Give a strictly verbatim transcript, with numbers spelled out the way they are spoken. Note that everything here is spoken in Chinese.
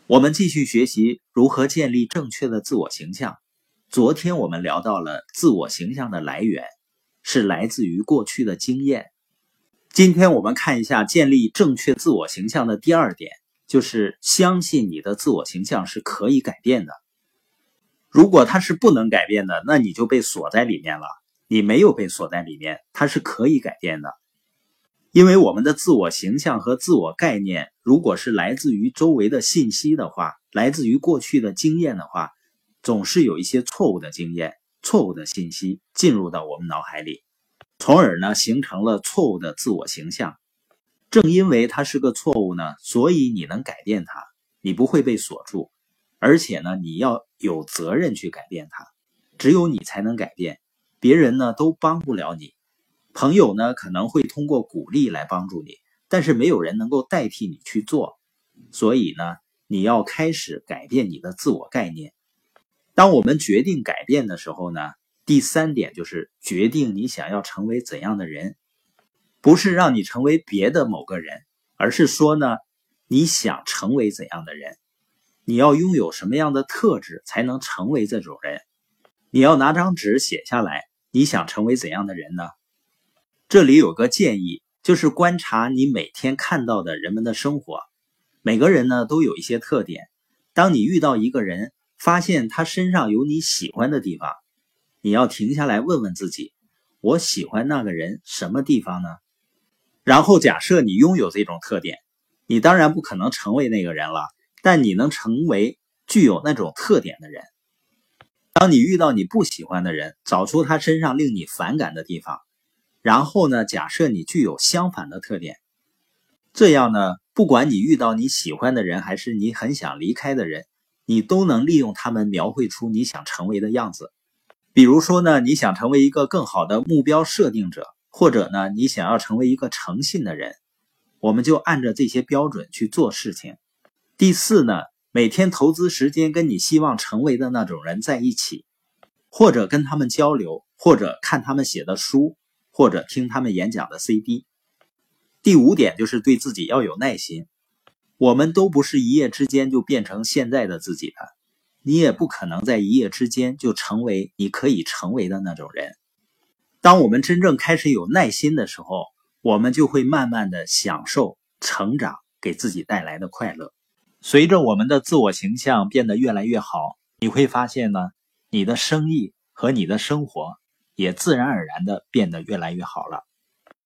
我们继续学习如何建立正确的自我形象。昨天我们聊到了自我形象的来源，是来自于过去的经验。今天我们看一下建立正确自我形象的第二点，就是相信你的自我形象是可以改变的。如果它是不能改变的，那你就被锁在里面了。你没有被锁在里面，它是可以改变的。因为我们的自我形象和自我概念，如果是来自于周围的信息的话，来自于过去的经验的话，总是有一些错误的经验、错误的信息进入到我们脑海里，从而呢形成了错误的自我形象。正因为它是个错误呢，所以你能改变它，你不会被锁住，而且呢你要有责任去改变它，只有你才能改变，别人呢都帮不了你。朋友呢可能会通过鼓励来帮助你，但是没有人能够代替你去做。所以呢，你要开始改变你的自我概念。当我们决定改变的时候呢，第三点就是决定你想要成为怎样的人。不是让你成为别的某个人，而是说呢，你想成为怎样的人，你要拥有什么样的特质才能成为这种人。你要拿张纸写下来，你想成为怎样的人呢？这里有个建议，就是观察你每天看到的人们的生活。每个人呢都有一些特点，当你遇到一个人，发现他身上有你喜欢的地方，你要停下来问问自己，我喜欢那个人什么地方呢？然后假设你拥有这种特点，你当然不可能成为那个人了，但你能成为具有那种特点的人。当你遇到你不喜欢的人，找出他身上令你反感的地方，然后呢，假设你具有相反的特点，这样呢，不管你遇到你喜欢的人还是你很想离开的人，你都能利用他们描绘出你想成为的样子。比如说呢，你想成为一个更好的目标设定者，或者呢，你想要成为一个诚信的人，我们就按照这些标准去做事情。第四呢，每天投资时间跟你希望成为的那种人在一起，或者跟他们交流，或者看他们写的书，或者听他们演讲的 C D。 第五点就是对自己要有耐心。我们都不是一夜之间就变成现在的自己的，你也不可能在一夜之间就成为你可以成为的那种人。当我们真正开始有耐心的时候，我们就会慢慢的享受成长给自己带来的快乐。随着我们的自我形象变得越来越好，你会发现呢，你的生意和你的生活也自然而然的变得越来越好了。